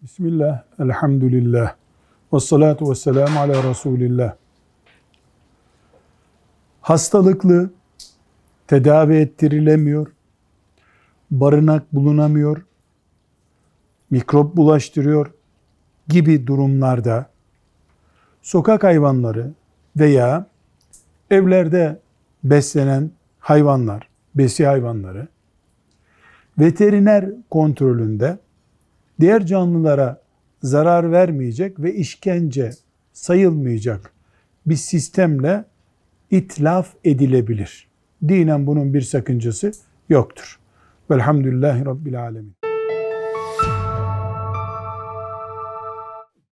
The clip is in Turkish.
Bismillah, elhamdülillah, ve salatu ve selamu ala Resulillah. Hastalıklı, tedavi ettirilemiyor, barınak bulunamıyor, mikrop bulaştırıyor gibi durumlarda sokak hayvanları veya evlerde beslenen hayvanlar, besi hayvanları veteriner kontrolünde diğer canlılara zarar vermeyecek ve işkence sayılmayacak bir sistemle itlaf edilebilir. Dinen bunun bir sakıncası yoktur. Velhamdülillahi Rabbil Alemin.